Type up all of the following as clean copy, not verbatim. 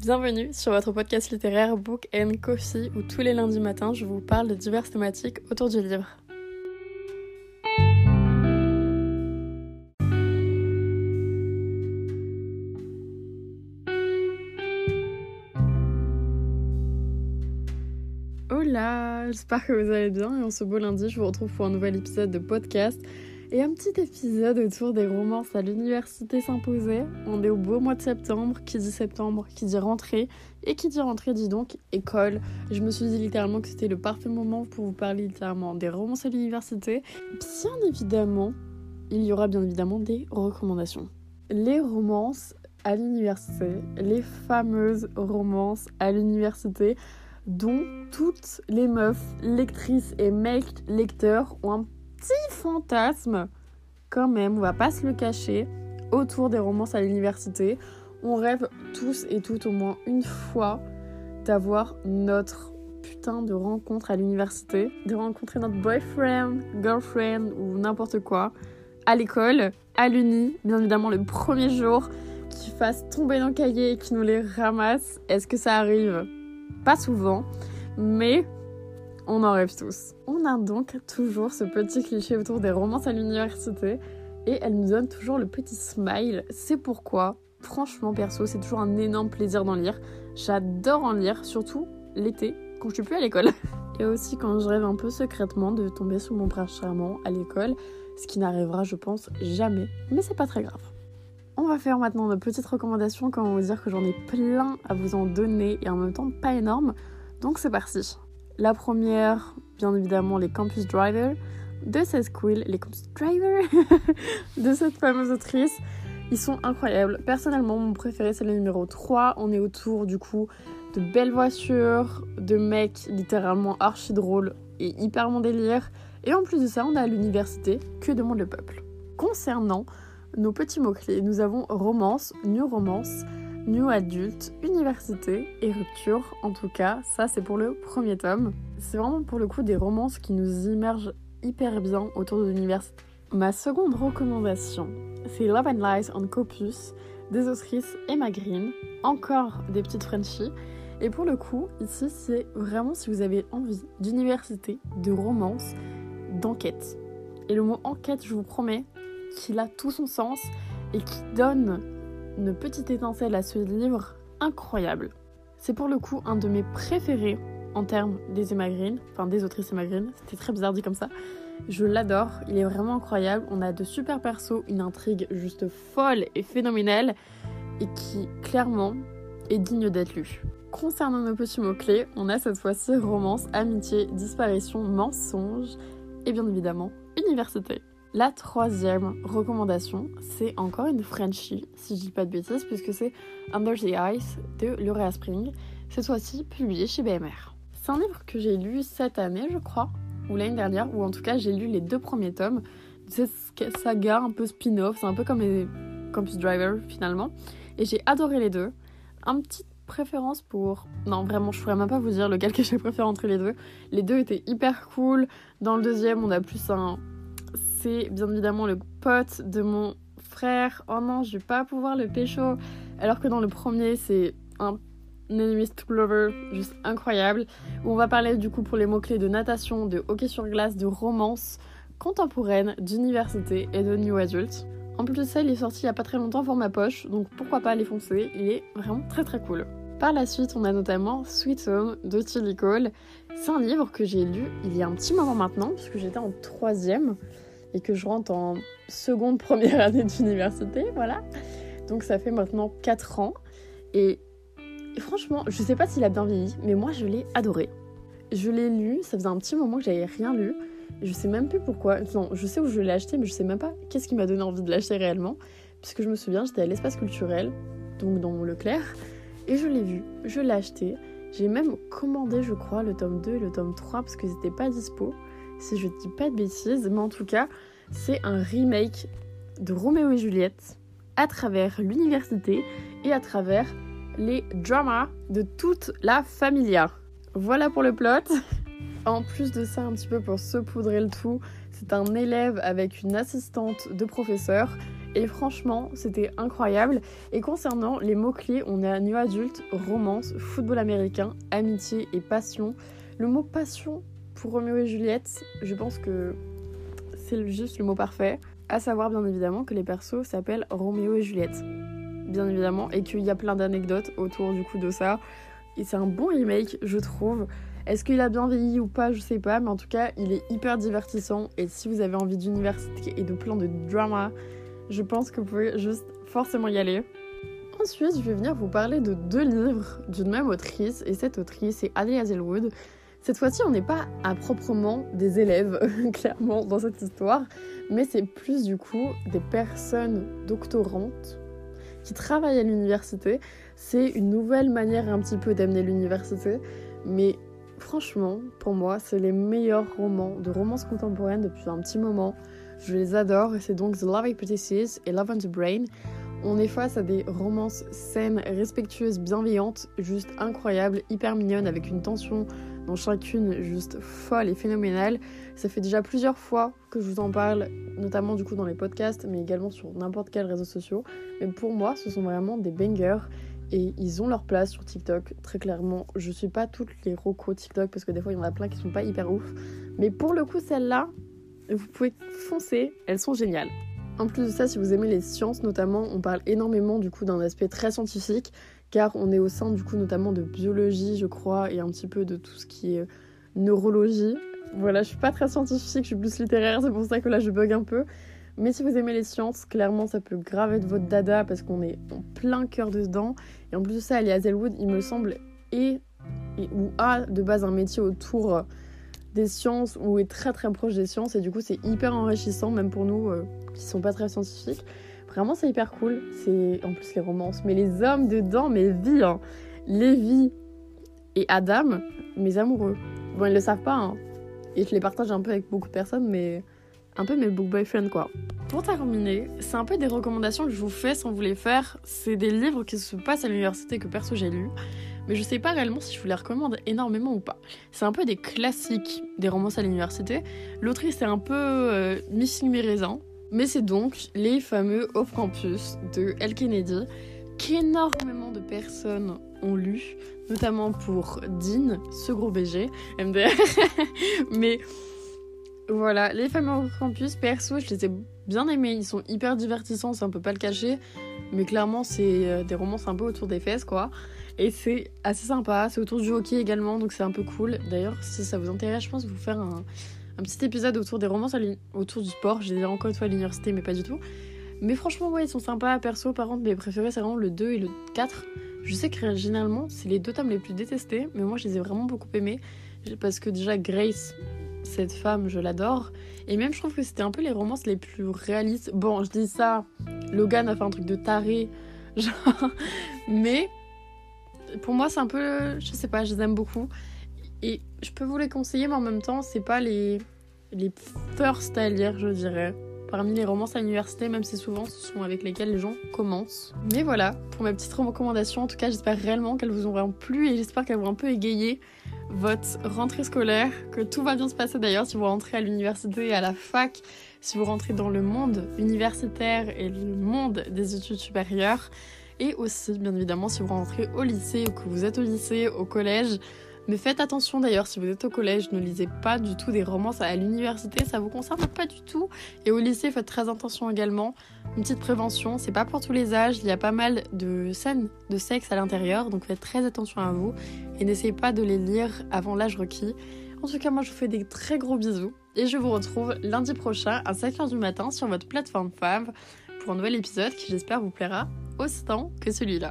Bienvenue sur votre podcast littéraire Book and Coffee où tous les lundis matins je vous parle de diverses thématiques autour du livre. Hola, j'espère que vous allez bien et en ce beau lundi je vous retrouve pour un nouvel épisode de podcast et un petit épisode autour des romances à l'université s'imposait. On est au beau mois de septembre, qui dit rentrée, et qui dit rentrée dit donc école. Je me suis dit littéralement que c'était le parfait moment pour vous parler littéralement des romances à l'université. Bien évidemment, il y aura bien évidemment des recommandations. Les romances à l'université, les fameuses romances à l'université dont toutes les meufs, lectrices et mecs lecteurs ont un petit fantasme, quand même, on va pas se le cacher, autour des romances à l'université. On rêve tous et toutes au moins une fois d'avoir notre putain de rencontre à l'université, de rencontrer notre boyfriend, girlfriend ou n'importe quoi à l'école, à l'uni, bien évidemment le premier jour, qui fasse tomber nos cahiers et qui nous les ramasse. Est-ce que ça arrive ? Pas souvent, mais on en rêve tous. On a donc toujours ce petit cliché autour des romances à l'université et elle nous donne toujours le petit smile. C'est pourquoi, franchement perso, c'est toujours un énorme plaisir d'en lire. J'adore en lire, surtout l'été, quand je suis plus à l'école. Et aussi quand je rêve un peu secrètement de tomber sous mon prince charmant à l'école, ce qui n'arrivera, je pense, jamais. Mais c'est pas très grave. On va faire maintenant nos petites recommandations, comment vous dire que j'en ai plein à vous en donner et en même temps pas énorme. Donc c'est parti. La première, bien évidemment, les Campus Drivers de cette Quill, les Campus Drivers de cette fameuse autrice. Ils sont incroyables. Personnellement, mon préféré, c'est le numéro 3. On est autour, du coup, de belles voitures, de mecs littéralement archi drôles et hyper mon délire. Et en plus de ça, on a à l'université que demande le peuple. Concernant nos petits mots-clés, nous avons romance, new adulte, université et rupture. En tout cas, ça c'est pour le premier tome. C'est vraiment pour le coup des romances qui nous immergent hyper bien autour de l'université. Ma seconde recommandation, c'est Love and Lies on Campus des autrices Emma Green. Encore des petites Frenchies. Et pour le coup, ici c'est vraiment si vous avez envie d'université, de romance, d'enquête. Et le mot enquête, je vous promets qu'il a tout son sens et qui donne une petite étincelle à ce livre incroyable. C'est pour le coup un de mes préférés en termes des Emma Green, enfin des autrices Emma Green, c'était très bizarre dit comme ça. Je l'adore, il est vraiment incroyable, on a de super persos, une intrigue juste folle et phénoménale et qui clairement est digne d'être lue. Concernant nos petits mots-clés, on a cette fois-ci romance, amitié, disparition, mensonge et bien évidemment université. La troisième recommandation, c'est encore une Frenchie, si je dis pas de bêtises, puisque c'est Under the Ice de Laura Spring, cette fois-ci publié chez BMR. C'est un livre que j'ai lu cette année, je crois, ou l'année dernière, ou en tout cas j'ai lu les 2 premiers tomes de cette saga un peu spin-off, c'est un peu comme les Campus Driver finalement, et j'ai adoré les deux. Un petit préférence pour... Non, vraiment, je pourrais même pas vous dire lequel que j'ai préféré entre les deux. Les deux étaient hyper cool. Dans le deuxième, on a plus un... C'est bien évidemment le pote de mon frère. Oh non, je vais pas pouvoir le pécho. Alors que dans le premier, c'est un enemies to lover juste incroyable. Où on va parler du coup pour les mots-clés de natation, de hockey sur glace, de romance contemporaine, d'université et de new adult. En plus de ça, il est sorti il y a pas très longtemps pour ma poche, donc pourquoi pas aller foncer. Il est vraiment très très cool. Par la suite, on a notamment Sweet Home de Tilly Cole. C'est un livre que j'ai lu il y a un petit moment maintenant, puisque j'étais en 3e. Et que je rentre en seconde première année d'université, voilà. Donc ça fait maintenant 4 ans. Et franchement, je sais pas s'il a bien vieilli, mais moi je l'ai adoré. Je l'ai lu, ça faisait un petit moment que j'avais rien lu. Je sais même plus pourquoi. Non, je sais où je l'ai acheté, mais je sais même pas qu'est-ce qui m'a donné envie de l'acheter réellement. Puisque je me souviens, j'étais à l'espace culturel, donc dans Leclerc, et je l'ai vu, je l'ai acheté. J'ai même commandé, je crois, le tome 2 et le tome 3 parce qu'ils n'étaient pas dispo. Si je dis pas de bêtises, mais en tout cas, c'est un remake de Roméo et Juliette à travers l'université et à travers les dramas de toute la familia. Voilà pour le plot. En plus de ça, un petit peu pour saupoudrer le tout, c'est un élève avec une assistante de professeur Et franchement, c'était incroyable. Et concernant les mots-clés, on a new adulte, romance, football américain, amitié et passion. Le mot passion pour Roméo et Juliette, je pense que c'est juste le mot parfait. À savoir bien évidemment que les persos s'appellent Roméo et Juliette. Bien évidemment, et qu'il y a plein d'anecdotes autour du coup de ça. Et c'est un bon remake, je trouve. Est-ce qu'il a bien vieilli ou pas, je sais pas, mais en tout cas, il est hyper divertissant. Et si vous avez envie d'université et de plein de drama, je pense que vous pouvez juste forcément y aller. Ensuite, je vais venir vous parler de 2 livres d'une même autrice. Et cette autrice, c'est Adé Hazelwood. Cette fois-ci, on n'est pas à proprement des élèves, clairement, dans cette histoire. Mais c'est plus du coup des personnes doctorantes qui travaillent à l'université. C'est une nouvelle manière un petit peu d'amener l'université. Mais franchement, pour moi, c'est les meilleurs romans de romance contemporaine depuis un petit moment. Je les adore. Et c'est donc The Lovely Practices et Love on the Brain. On est face à des romances saines, respectueuses, bienveillantes, juste incroyables, hyper mignonnes, avec une tension dans chacune juste folle et phénoménale. Ça fait déjà plusieurs fois que je vous en parle, notamment du coup dans les podcasts, mais également sur n'importe quel réseau social. Mais pour moi, ce sont vraiment des bangers et ils ont leur place sur TikTok, très clairement. Je suis pas toutes les recos TikTok parce que des fois il y en a plein qui sont pas hyper ouf. Mais pour le coup, celles-là, vous pouvez foncer, elles sont géniales. En plus de ça, si vous aimez les sciences notamment, on parle énormément du coup d'un aspect très scientifique, car on est au sein du coup notamment de biologie, je crois, et un petit peu de tout ce qui est neurologie. Voilà, je suis pas très scientifique, je suis plus littéraire, c'est pour ça que là je bug un peu. Mais si vous aimez les sciences, clairement ça peut grave être votre dada parce qu'on est en plein cœur dedans. Et en plus de ça, Ali Hazelwood, il me semble, ou a de base un métier autour des sciences ou est très très proche des sciences, et du coup c'est hyper enrichissant même pour nous qui sont pas très scientifiques. Vraiment c'est hyper cool. C'est en plus les romances, mais les hommes dedans, mes vies, hein. Lévi et Adam, mes amoureux. Bon, ils le savent pas, hein. Et je les partage un peu avec beaucoup de personnes, mais un peu mes book boyfriends quoi. Pour terminer, c'est un peu des recommandations que je vous fais sans vous les faire. C'est des livres qui se passent à l'université que perso j'ai lus, mais je sais pas réellement si je vous les recommande énormément ou pas. C'est un peu des classiques des romances à l'université. L'autrice est un peu missing mes raisins, mais c'est donc les fameux Off Campus de Elle Kennedy, qu'énormément de personnes ont lu, notamment pour Dean, ce gros BG, MDR. Mais voilà, les fameux Off Campus, perso, je les ai bien aimés. Ils sont hyper divertissants, ça on peut pas le cacher. Mais clairement, c'est des romances un peu autour des fesses, quoi. Et c'est assez sympa, c'est autour du hockey également, donc c'est un peu cool. D'ailleurs, si ça vous intéresse, je pense vous faire un petit épisode autour des romances autour du sport. J'ai dit encore une fois à l'université, mais pas du tout. Mais franchement, ouais, ils sont sympas. Perso, par contre, mes préférés, c'est vraiment le 2 et le 4. Je sais que généralement, c'est les 2 tomes les plus détestés, mais moi, je les ai vraiment beaucoup aimés. Parce que déjà, Grace, cette femme, je l'adore. Et même, je trouve que c'était un peu les romances les plus réalistes. Bon, je dis ça, Logan a fait un truc de taré, genre... Mais... pour moi, c'est un peu... je sais pas, je les aime beaucoup. Et je peux vous les conseiller, mais en même temps, c'est pas les first à lire, je dirais. Parmi les romances à l'université, même si souvent, ce sont avec lesquelles les gens commencent. Mais voilà, pour mes petites recommandations, en tout cas, j'espère réellement qu'elles vous auront plu et j'espère qu'elles vont un peu égayer votre rentrée scolaire, que tout va bien se passer d'ailleurs si vous rentrez à l'université et à la fac, si vous rentrez dans le monde universitaire et le monde des études supérieures. Et aussi, bien évidemment, si vous rentrez au lycée ou que vous êtes au lycée, au collège. Mais faites attention d'ailleurs, si vous êtes au collège, ne lisez pas du tout des romances à l'université, ça vous concerne pas du tout. Et au lycée, faites très attention également. Une petite prévention, c'est pas pour tous les âges, il y a pas mal de scènes de sexe à l'intérieur, donc faites très attention à vous. Et n'essayez pas de les lire avant l'âge requis. En tout cas, moi je vous fais des très gros bisous. Et je vous retrouve lundi prochain à 5h du matin sur votre plateforme Fav pour un nouvel épisode qui j'espère vous plaira autant que celui-là.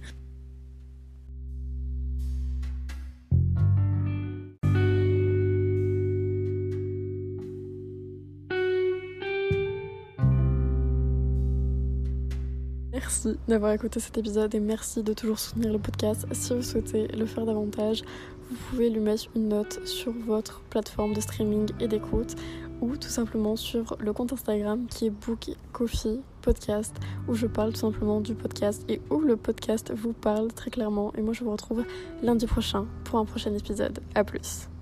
Merci d'avoir écouté cet épisode et merci de toujours soutenir le podcast. Si vous souhaitez le faire davantage, vous pouvez lui mettre une note sur votre plateforme de streaming et d'écoute ou tout simplement sur le compte Instagram qui est Book Coffee Podcast, où je parle tout simplement du podcast et où le podcast vous parle très clairement. Et moi je vous retrouve lundi prochain pour un prochain épisode. À plus.